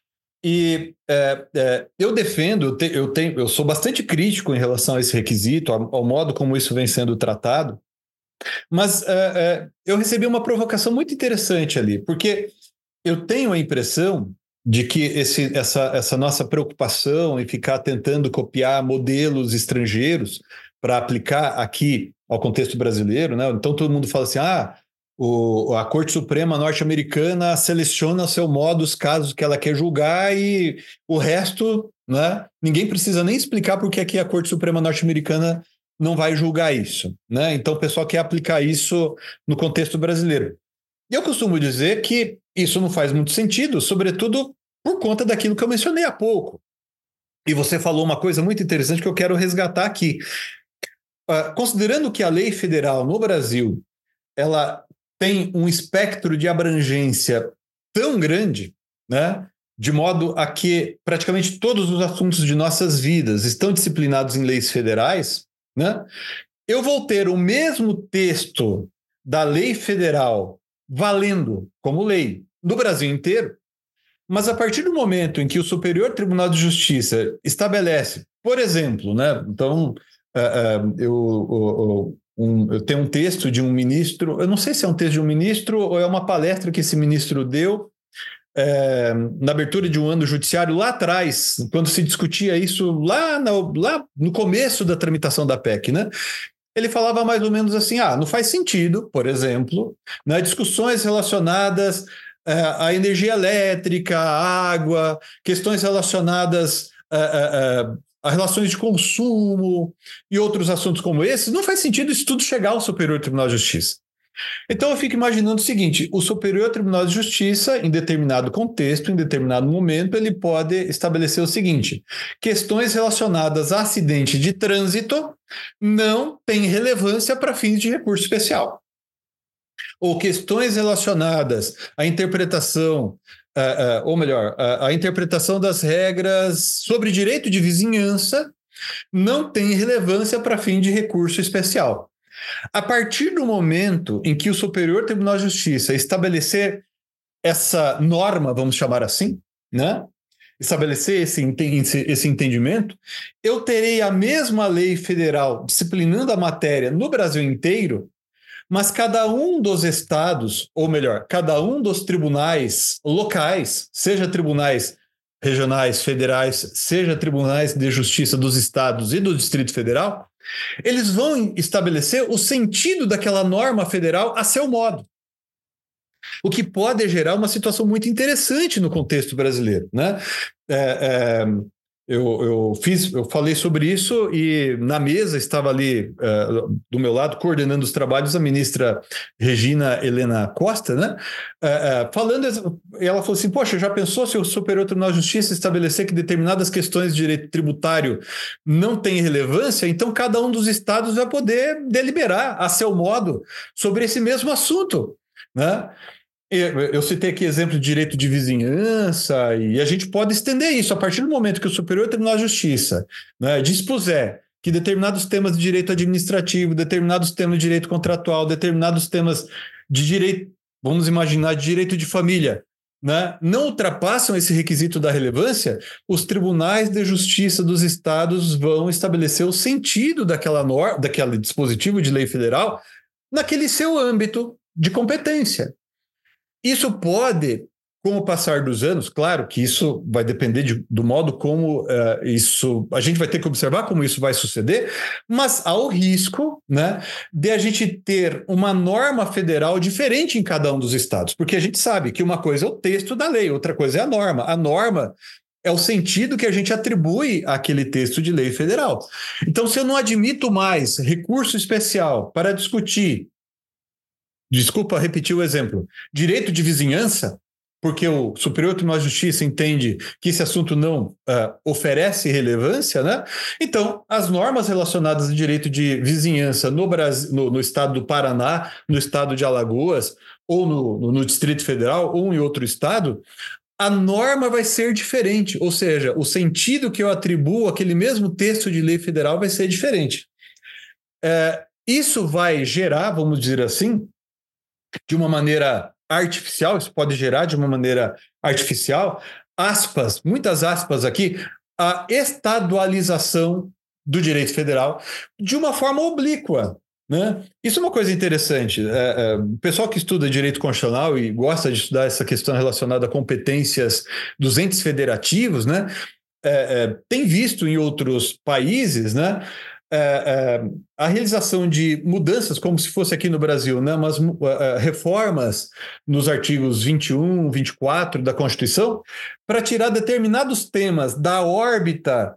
E eu defendo, eu sou bastante crítico em relação a esse requisito, ao modo como isso vem sendo tratado, mas eu recebi uma provocação muito interessante ali, porque eu tenho a impressão de que essa nossa preocupação em ficar tentando copiar modelos estrangeiros para aplicar aqui ao contexto brasileiro, né? Então todo mundo fala assim, a Corte Suprema norte-americana seleciona ao seu modo os casos que ela quer julgar e o resto, né? Ninguém precisa nem explicar por que aqui a Corte Suprema norte-americana não vai julgar isso, né? Então o pessoal quer aplicar isso no contexto brasileiro. E eu costumo dizer que isso não faz muito sentido, sobretudo por conta daquilo que eu mencionei há pouco. E você falou uma coisa muito interessante que eu quero resgatar aqui. Considerando que a lei federal no Brasil ela tem um espectro de abrangência tão grande, né, de modo a que praticamente todos os assuntos de nossas vidas estão disciplinados em leis federais, né, eu vou ter o mesmo texto da lei federal valendo como lei no Brasil inteiro, mas a partir do momento em que o Superior Tribunal de Justiça estabelece, por exemplo, né, então eu tenho um texto de um ministro, eu não sei se é um texto de um ministro ou é uma palestra que esse ministro deu na abertura de um ano judiciário lá atrás, quando se discutia isso lá no começo da tramitação da PEC, né? Ele falava mais ou menos assim, não faz sentido, por exemplo, né, discussões relacionadas à energia elétrica, à água, questões relacionadas a relações de consumo e outros assuntos como esse, não faz sentido isso tudo chegar ao Superior Tribunal de Justiça. Então eu fico imaginando o seguinte, o Superior Tribunal de Justiça, em determinado contexto, em determinado momento, ele pode estabelecer o seguinte, questões relacionadas a acidente de trânsito não têm relevância para fins de recurso especial. Ou questões relacionadas à interpretação ou melhor, a interpretação das regras sobre direito de vizinhança não tem relevância para fim de recurso especial. A partir do momento em que o Superior Tribunal de Justiça estabelecer essa norma, vamos chamar assim, né? Estabelecer esse entendimento, eu terei a mesma lei federal disciplinando a matéria no Brasil inteiro, mas cada um dos estados, ou melhor, cada um dos tribunais locais, seja tribunais regionais, federais, seja tribunais de justiça dos estados e do Distrito Federal, eles vão estabelecer o sentido daquela norma federal a seu modo. O que pode gerar uma situação muito interessante no contexto brasileiro, né? Eu falei sobre isso e na mesa estava ali do meu lado, coordenando os trabalhos, a ministra Regina Helena Costa, né? Falando, ela falou assim, poxa, já pensou se o Superior Tribunal de Justiça estabelecer que determinadas questões de direito tributário não têm relevância, então cada um dos estados vai poder deliberar a seu modo sobre esse mesmo assunto, né? Eu citei aqui exemplo de direito de vizinhança e a gente pode estender isso a partir do momento que o Superior Tribunal de Justiça, né, dispuser que determinados temas de direito administrativo, determinados temas de direito contratual, determinados temas de direito, vamos imaginar, de direito de família, né, não ultrapassam esse requisito da relevância, os tribunais de justiça dos estados vão estabelecer o sentido daquela norma, daquele dispositivo de lei federal naquele seu âmbito de competência. Isso pode, com o passar dos anos, claro que isso vai depender do modo como a gente vai ter que observar como isso vai suceder, mas há o risco, né, de a gente ter uma norma federal diferente em cada um dos estados, porque a gente sabe que uma coisa é o texto da lei, outra coisa é a norma. A norma é o sentido que a gente atribui àquele texto de lei federal. Então, se eu não admito mais recurso especial para discutir, desculpa repetir o exemplo, direito de vizinhança, porque o Superior Tribunal de Justiça entende que esse assunto não oferece relevância, né? Então, as normas relacionadas ao direito de vizinhança no Brasil, no estado do Paraná, no estado de Alagoas, ou no Distrito Federal, ou em outro estado, a norma vai ser diferente, ou seja, o sentido que eu atribuo àquele mesmo texto de lei federal vai ser diferente. Isso vai gerar, vamos dizer assim, de uma maneira artificial, isso pode gerar de uma maneira artificial, aspas, muitas aspas aqui, a estadualização do direito federal de uma forma oblíqua, né? Isso é uma coisa interessante. O pessoal que estuda direito constitucional e gosta de estudar essa questão relacionada a competências dos entes federativos, né? Tem visto em outros países, né? A realização de mudanças, como se fosse aqui no Brasil, né? Mas reformas nos artigos 21, 24 da Constituição, para tirar determinados temas da órbita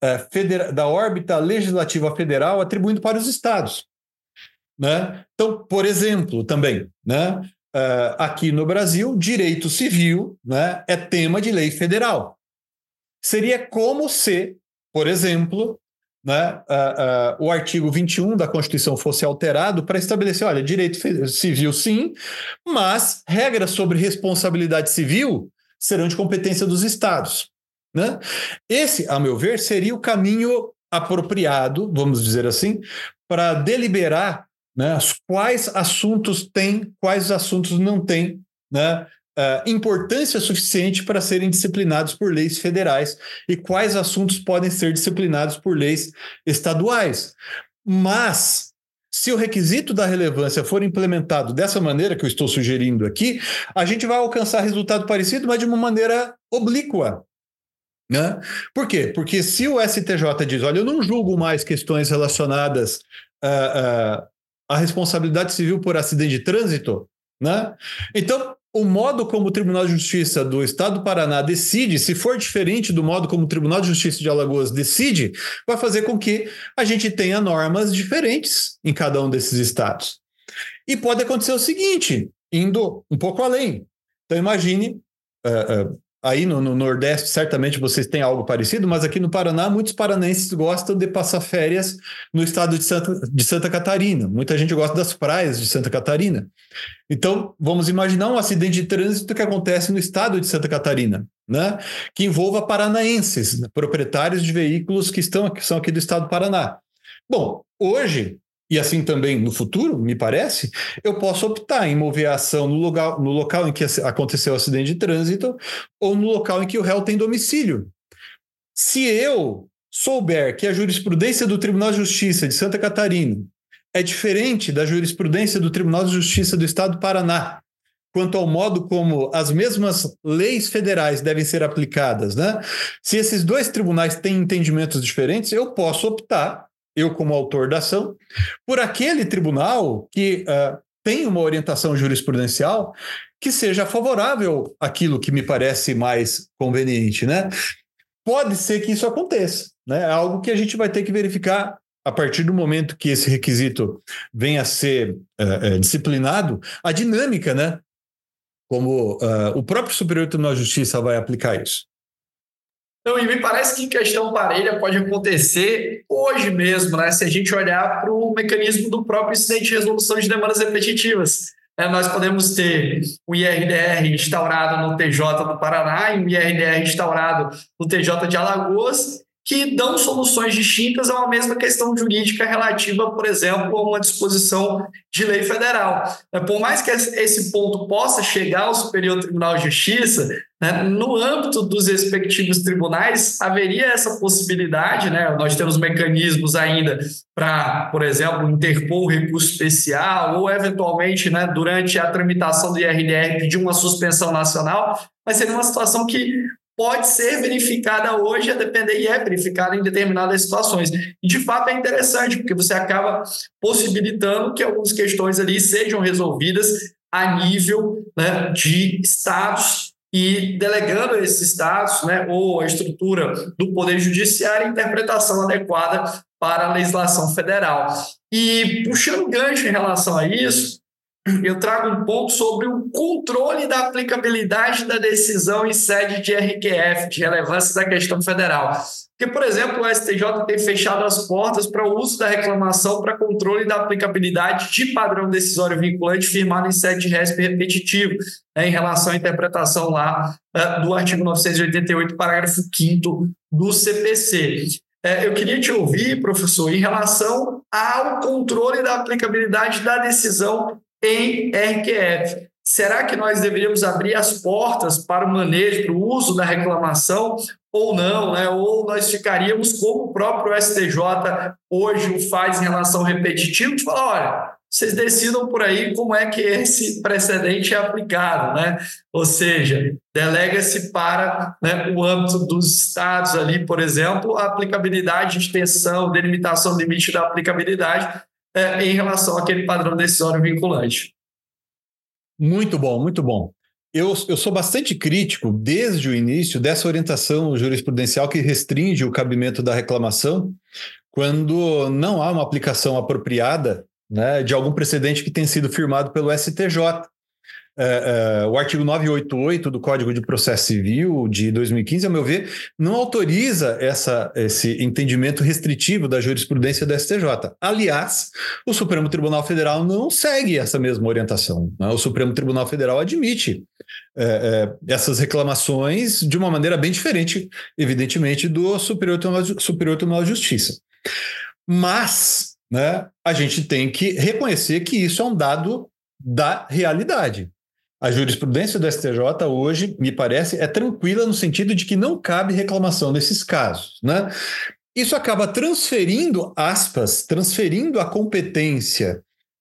legislativa federal, atribuindo para os estados, né? Então, por exemplo, também, né? Aqui no Brasil, direito civil, né? É tema de lei federal. Seria como se, por exemplo, né, o artigo 21 da Constituição fosse alterado para estabelecer, olha, direito civil sim, mas regras sobre responsabilidade civil serão de competência dos estados, né? Esse, a meu ver, seria o caminho apropriado, vamos dizer assim, para deliberar, né, quais assuntos têm, quais assuntos não têm, né, importância suficiente para serem disciplinados por leis federais e quais assuntos podem ser disciplinados por leis estaduais. Mas, se o requisito da relevância for implementado dessa maneira que eu estou sugerindo aqui, a gente vai alcançar resultado parecido, mas de uma maneira oblíqua, né? Por quê? Porque se o STJ diz, olha, eu não julgo mais questões relacionadas à responsabilidade civil por acidente de trânsito, né? Então, o modo como o Tribunal de Justiça do Estado do Paraná decide, se for diferente do modo como o Tribunal de Justiça de Alagoas decide, vai fazer com que a gente tenha normas diferentes em cada um desses estados. E pode acontecer o seguinte, indo um pouco além. Então, imagine, aí no Nordeste certamente vocês têm algo parecido, mas aqui no Paraná muitos paranaenses gostam de passar férias no estado de Santa Catarina. Muita gente gosta das praias de Santa Catarina. Então, vamos imaginar um acidente de trânsito que acontece no estado de Santa Catarina, né? Que envolva paranaenses, né? Proprietários de veículos que são aqui do estado do Paraná. Bom, hoje, e assim também no futuro, me parece, eu posso optar em mover a ação no local em que aconteceu o acidente de trânsito ou no local em que o réu tem domicílio. Se eu souber que a jurisprudência do Tribunal de Justiça de Santa Catarina é diferente da jurisprudência do Tribunal de Justiça do Estado do Paraná, quanto ao modo como as mesmas leis federais devem ser aplicadas, né? Se esses dois tribunais têm entendimentos diferentes, eu posso optar, eu como autor da ação, por aquele tribunal que tem uma orientação jurisprudencial que seja favorável àquilo que me parece mais conveniente, né? Pode ser que isso aconteça, né? É algo que a gente vai ter que verificar a partir do momento que esse requisito venha a ser disciplinado, a dinâmica, né? Como o próprio Superior Tribunal de Justiça vai aplicar isso. Então, e me parece que questão parelha pode acontecer hoje mesmo, né? Se a gente olhar para o mecanismo do próprio incidente de resolução de demandas repetitivas. Nós podemos ter o IRDR instaurado no TJ do Paraná e o IRDR instaurado no TJ de Alagoas, que dão soluções distintas a uma mesma questão jurídica relativa, por exemplo, a uma disposição de lei federal. Por mais que esse ponto possa chegar ao Superior Tribunal de Justiça, né, no âmbito dos respectivos tribunais, haveria essa possibilidade, né? Nós temos mecanismos ainda para, por exemplo, interpor um recurso especial ou, eventualmente, né, durante a tramitação do IRDR, pedir uma suspensão nacional, mas seria uma situação que pode ser verificada hoje, a depender, e é verificada em determinadas situações. E, de fato, é interessante, porque você acaba possibilitando que algumas questões ali sejam resolvidas a nível, né, de estados e delegando a esses estados, né, ou a estrutura do Poder Judiciário, a interpretação adequada para a legislação federal. E, puxando gancho em relação a isso, eu trago um ponto sobre o controle da aplicabilidade da decisão em sede de RQF, de relevância da questão federal. Porque, por exemplo, o STJ tem fechado as portas para o uso da reclamação para controle da aplicabilidade de padrão decisório vinculante firmado em sede de RESP repetitivo, né, em relação à interpretação lá do artigo 988, parágrafo 5º do CPC. Eu queria te ouvir, professor, em relação ao controle da aplicabilidade da decisão em RQF. será que nós deveríamos abrir as portas para o manejo, para o uso da reclamação ou não, né? Ou nós ficaríamos como o próprio STJ hoje o faz em relação ao repetitivo, de falar, olha, vocês decidam por aí como é que esse precedente é aplicado, né? Ou seja, delega-se para, né, o âmbito dos estados ali, por exemplo, a aplicabilidade, extensão, delimitação do limite da aplicabilidade em relação àquele padrão decisório vinculante. Muito bom, muito bom. Eu sou bastante crítico, desde o início, dessa orientação jurisprudencial que restringe o cabimento da reclamação quando não há uma aplicação apropriada, né, de algum precedente que tenha sido firmado pelo STJ. O artigo 988 do Código de Processo Civil de 2015, a meu ver, não autoriza esse entendimento restritivo da jurisprudência do STJ. Aliás, o Supremo Tribunal Federal não segue essa mesma orientação, né? O Supremo Tribunal Federal admite essas reclamações de uma maneira bem diferente, evidentemente, do Superior Tribunal de Justiça. Mas, né, a gente tem que reconhecer que isso é um dado da realidade. A jurisprudência do STJ hoje, me parece, é tranquila no sentido de que não cabe reclamação nesses casos, né? Isso acaba transferindo a competência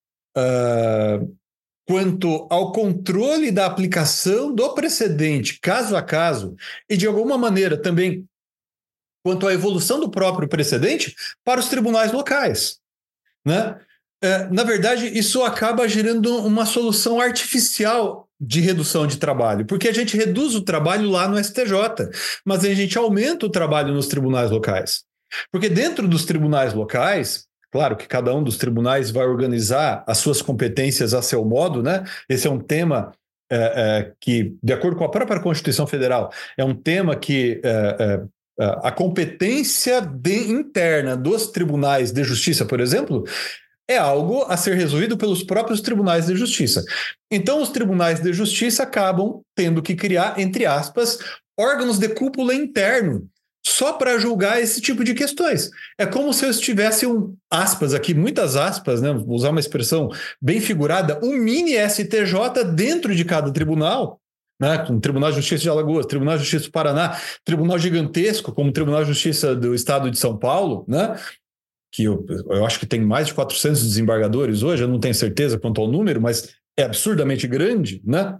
quanto ao controle da aplicação do precedente, caso a caso, e de alguma maneira também quanto à evolução do próprio precedente para os tribunais locais, né? Na verdade, isso acaba gerando uma solução artificial de redução de trabalho, porque a gente reduz o trabalho lá no STJ, mas a gente aumenta o trabalho nos tribunais locais. Porque dentro dos tribunais locais, claro que cada um dos tribunais vai organizar as suas competências a seu modo, né? Esse é um tema que, de acordo com a própria Constituição Federal, é um tema que a competência interna dos tribunais de justiça, por exemplo, é algo a ser resolvido pelos próprios tribunais de justiça. Então, os tribunais de justiça acabam tendo que criar, entre aspas, órgãos de cúpula interno, só para julgar esse tipo de questões. É como se eu estivesse aspas aqui, muitas aspas, né, vou usar uma expressão bem figurada, um mini STJ dentro de cada tribunal, né, um Tribunal de Justiça de Alagoas, Tribunal de Justiça do Paraná, tribunal gigantesco como o Tribunal de Justiça do Estado de São Paulo, né, que eu acho que tem mais de 400 desembargadores hoje, eu não tenho certeza quanto ao número, mas é absurdamente grande, né?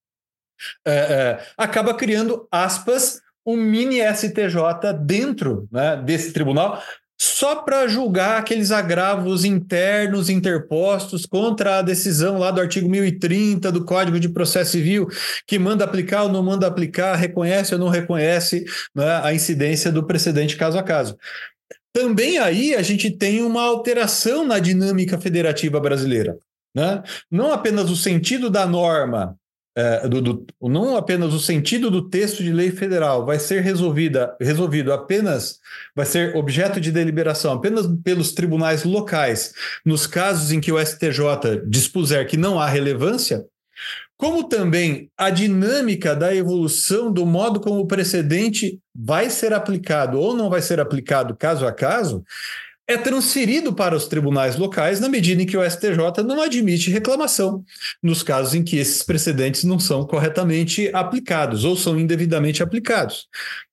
Acaba criando, aspas, um mini STJ dentro, né, desse tribunal, só para julgar aqueles agravos internos interpostos contra a decisão lá do artigo 1030 do Código de Processo Civil, que manda aplicar ou não manda aplicar, reconhece ou não reconhece, né, a incidência do precedente caso a caso. Também aí a gente tem uma alteração na dinâmica federativa brasileira, né? Não apenas o sentido da norma, não apenas o sentido do texto de lei federal vai ser resolvido apenas, vai ser objeto de deliberação apenas pelos tribunais locais, nos casos em que o STJ dispuser que não há relevância, como também a dinâmica da evolução do modo como o precedente vai ser aplicado ou não vai ser aplicado caso a caso, é transferido para os tribunais locais na medida em que o STJ não admite reclamação, nos casos em que esses precedentes não são corretamente aplicados ou são indevidamente aplicados.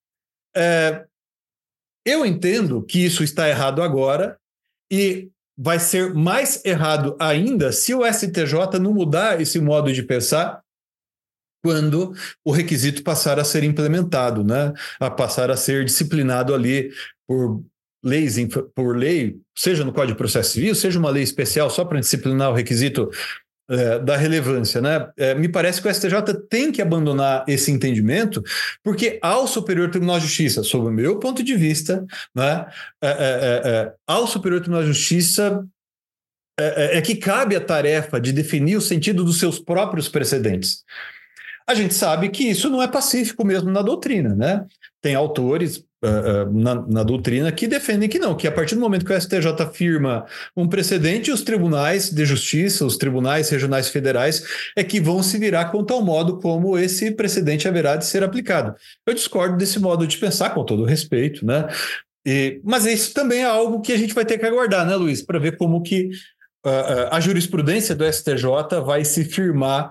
Eu entendo que isso está errado agora e vai ser mais errado ainda se o STJ não mudar esse modo de pensar quando o requisito passar a ser implementado, né? A passar a ser disciplinado ali por lei, seja no Código de Processo Civil, seja uma lei especial só para disciplinar o requisito da relevância, né? Me parece que o STJ tem que abandonar esse entendimento, porque ao Superior Tribunal de Justiça, sob o meu ponto de vista, né, ao Superior Tribunal de Justiça é que cabe a tarefa de definir o sentido dos seus próprios precedentes. A gente sabe que isso não é pacífico mesmo na doutrina, né? Tem autores na doutrina que defendem que não, que a partir do momento que o STJ firma um precedente, os tribunais de justiça, os tribunais regionais federais, é que vão se virar quanto ao modo como esse precedente haverá de ser aplicado. Eu discordo desse modo de pensar, com todo respeito, né? Mas isso também é algo que a gente vai ter que aguardar, né, Luiz, para ver como que a jurisprudência do STJ vai se firmar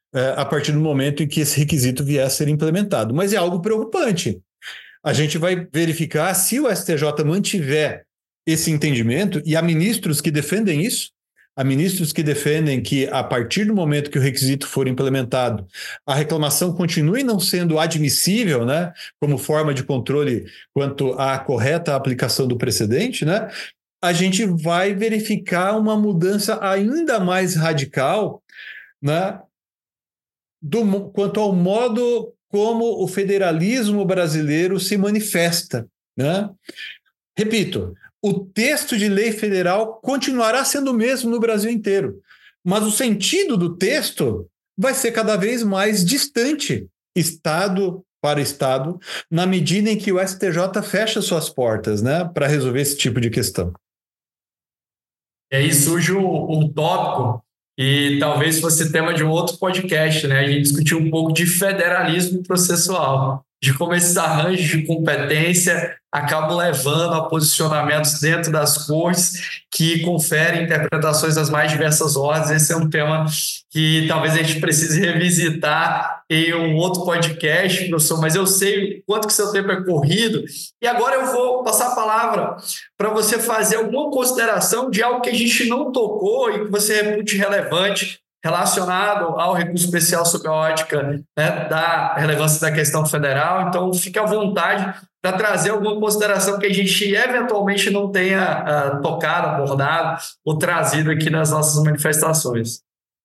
a partir do momento em que esse requisito vier a ser implementado. Mas é algo preocupante. A gente vai verificar se o STJ mantiver esse entendimento, e há ministros que defendem isso, há ministros que defendem que, a partir do momento que o requisito for implementado, a reclamação continue não sendo admissível, né, como forma de controle quanto à correta aplicação do precedente, né, a gente vai verificar uma mudança ainda mais radical, né, quanto ao modo como o federalismo brasileiro se manifesta, né? Repito, o texto de lei federal continuará sendo o mesmo no Brasil inteiro, mas o sentido do texto vai ser cada vez mais distante, Estado para Estado, na medida em que o STJ fecha suas portas, né, para resolver esse tipo de questão. E aí surge um tópico e talvez fosse tema de um outro podcast, né? A gente discutiu um pouco de federalismo processual, de como esses arranjos de competência acabam levando a posicionamentos dentro das cortes que conferem interpretações das mais diversas ordens. Esse é um tema que talvez a gente precise revisitar em um outro podcast, professor, mas eu sei o quanto que seu tempo é corrido. E agora eu vou passar a palavra para você fazer alguma consideração de algo que a gente não tocou e que você repute relevante relacionado ao recurso especial sob a ótica, né, da relevância da questão federal. Então, fique à vontade para trazer alguma consideração que a gente eventualmente não tenha tocado, abordado ou trazido aqui nas nossas manifestações.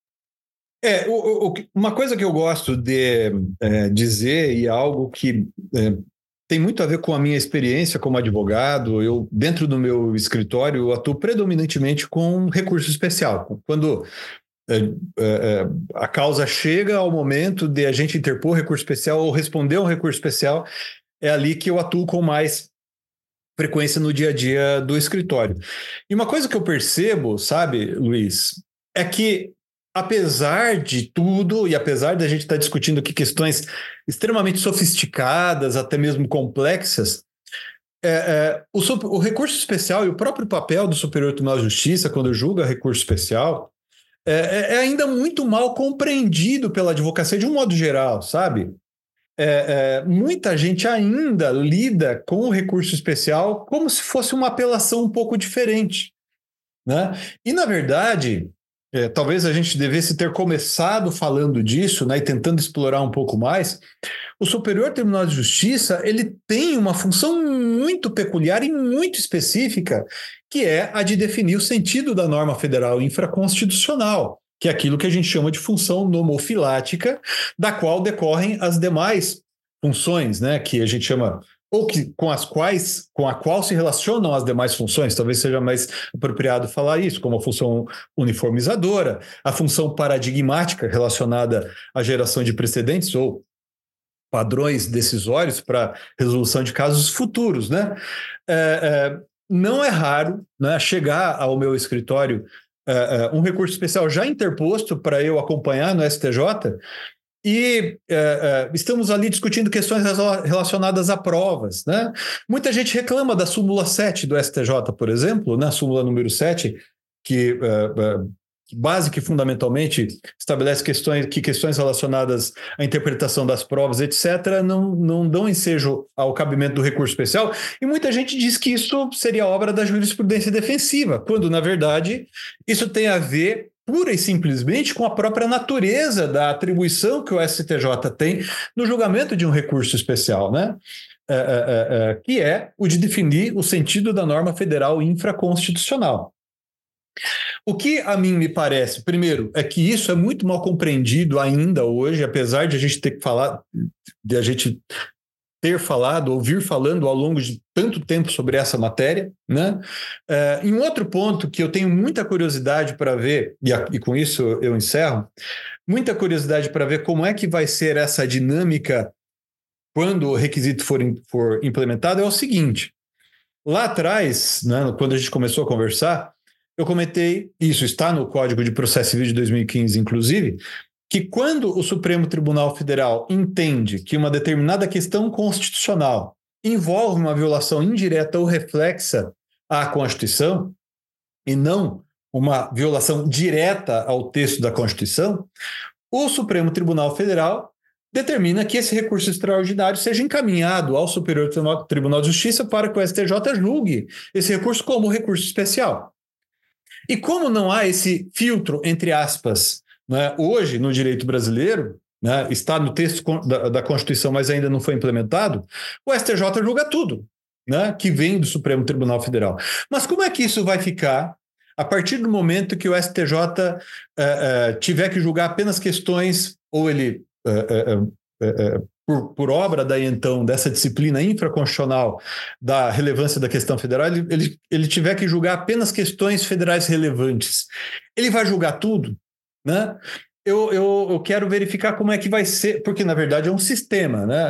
Uma coisa que eu gosto de dizer, e algo que tem muito a ver com a minha experiência como advogado, eu, dentro do meu escritório, eu atuo predominantemente com recurso especial. Quando a causa chega ao momento de a gente interpor recurso especial ou responder a um recurso especial, é ali que eu atuo com mais frequência no dia a dia do escritório. E uma coisa que eu percebo, sabe, Luiz, é que apesar de tudo, e apesar da gente estar discutindo aqui questões extremamente sofisticadas, até mesmo complexas, o recurso especial e o próprio papel do Superior Tribunal de Justiça, quando julga recurso especial, é ainda muito mal compreendido pela advocacia de um modo geral, sabe? Muita gente ainda lida com o recurso especial como se fosse uma apelação um pouco diferente, né? E, na verdade, talvez a gente devesse ter começado falando disso, né, e tentando explorar um pouco mais. O Superior Tribunal de Justiça, ele tem uma função muito peculiar e muito específica, que é a de definir o sentido da norma federal infraconstitucional, que é aquilo que a gente chama de função nomofilática, da qual decorrem as demais funções, né, que a gente chama, ou que, com a qual se relacionam as demais funções, talvez seja mais apropriado falar isso, como a função uniformizadora, a função paradigmática relacionada à geração de precedentes ou padrões decisórios para resolução de casos futuros, né? Não é raro, né, chegar ao meu escritório um recurso especial já interposto para eu acompanhar no STJ, e estamos ali discutindo questões relacionadas a provas, né? Muita gente reclama da súmula 7 do STJ, por exemplo, né? A súmula número 7, que básica e fundamentalmente estabelece questões relacionadas à interpretação das provas, etc., não dão ensejo ao cabimento do recurso especial, e muita gente diz que isso seria obra da jurisprudência defensiva, quando, na verdade, isso tem a ver pura e simplesmente com a própria natureza da atribuição que o STJ tem no julgamento de um recurso especial, né? Que é o de definir o sentido da norma federal infraconstitucional. O que a mim me parece, primeiro, é que isso é muito mal compreendido ainda hoje, apesar de a gente ter falado, ouvir falando ao longo de tanto tempo sobre essa matéria, né? Em outro ponto que eu tenho muita curiosidade para ver, e com isso eu encerro, muita curiosidade para ver como é que vai ser essa dinâmica quando o requisito for implementado, é o seguinte: lá atrás, né, quando a gente começou a conversar, eu comentei, isso está no Código de Processo Civil de 2015, inclusive, que quando o Supremo Tribunal Federal entende que uma determinada questão constitucional envolve uma violação indireta ou reflexa à Constituição, e não uma violação direta ao texto da Constituição, o Supremo Tribunal Federal determina que esse recurso extraordinário seja encaminhado ao Superior Tribunal de Justiça para que o STJ julgue esse recurso como recurso especial. E como não há esse filtro, entre aspas, né, hoje no direito brasileiro, né, está no texto da Constituição, mas ainda não foi implementado, o STJ julga tudo, né, que vem do Supremo Tribunal Federal. Mas como é que isso vai ficar a partir do momento que o STJ tiver que julgar apenas questões, ou ele... por obra daí então dessa disciplina infraconstitucional da relevância da questão federal, ele tiver que julgar apenas questões federais relevantes, ele vai julgar tudo, né? Eu quero verificar como é que vai ser, porque na verdade é um sistema, né?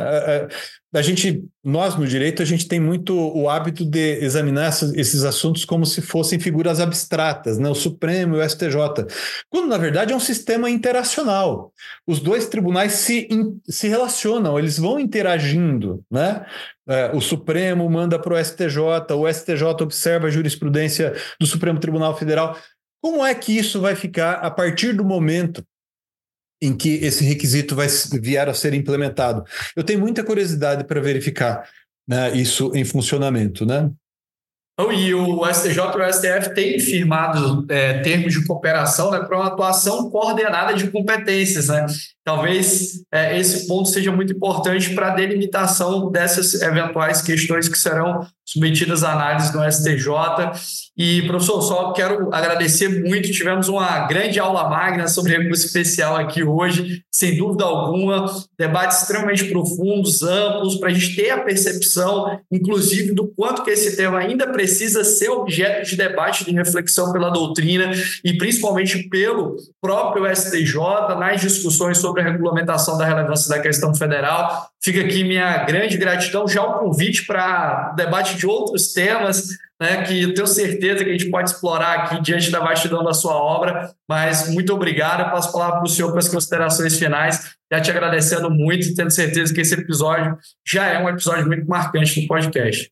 Nós no direito, a gente tem muito o hábito de examinar esses assuntos como se fossem figuras abstratas, né? O Supremo e o STJ, quando na verdade é um sistema interacional. Os dois tribunais se relacionam, eles vão interagindo, né? O Supremo manda para o STJ observa a jurisprudência do Supremo Tribunal Federal. Como é que isso vai ficar a partir do momento em que esse requisito vier a ser implementado? Eu tenho muita curiosidade para verificar, né, isso em funcionamento, né? E o STJ e o STF têm firmado termos de cooperação, né, para uma atuação coordenada de competências, né? Talvez esse ponto seja muito importante para a delimitação dessas eventuais questões que serão submetidas à análise do STJ. E, professor, só quero agradecer muito. Tivemos uma grande aula magna sobre recurso especial aqui hoje, sem dúvida alguma. Debates extremamente profundos, amplos, para a gente ter a percepção, inclusive, do quanto que esse tema ainda precisa ser objeto de debate, de reflexão pela doutrina e principalmente pelo próprio STJ nas discussões sobre a regulamentação da relevância da questão federal. Fica aqui minha grande gratidão, já o convite para debate de outros temas, né, que eu tenho certeza que a gente pode explorar aqui diante da vastidão da sua obra, mas muito obrigado. Eu passo a palavra para o senhor para as considerações finais, já te agradecendo muito e tendo certeza que esse episódio já é um episódio muito marcante do podcast.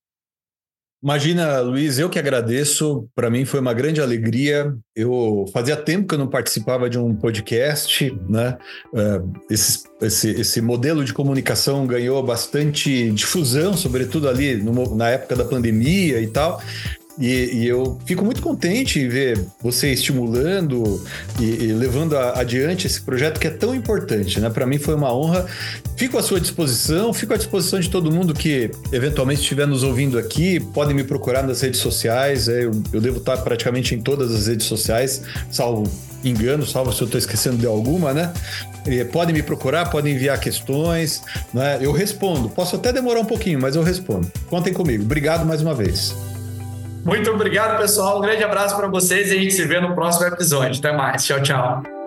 Imagina, Luiz, eu que agradeço. Para mim foi uma grande alegria. Eu fazia tempo que eu não participava de um podcast, né? Esse modelo de comunicação ganhou bastante difusão, sobretudo ali na época da pandemia e tal. E eu fico muito contente em ver você estimulando e levando adiante esse projeto que é tão importante, né? Para mim foi uma honra. Fico à sua disposição, fico à disposição de todo mundo que eventualmente estiver nos ouvindo aqui. Podem me procurar nas redes sociais. Eu devo estar praticamente em todas as redes sociais, salvo engano, salvo se eu estou esquecendo de alguma, né? Podem me procurar, podem enviar questões, né? Eu respondo. Posso até demorar um pouquinho, mas eu respondo. Contem comigo. Obrigado mais uma vez. Muito obrigado, pessoal. Um grande abraço para vocês e a gente se vê no próximo episódio. Até mais. Tchau, tchau.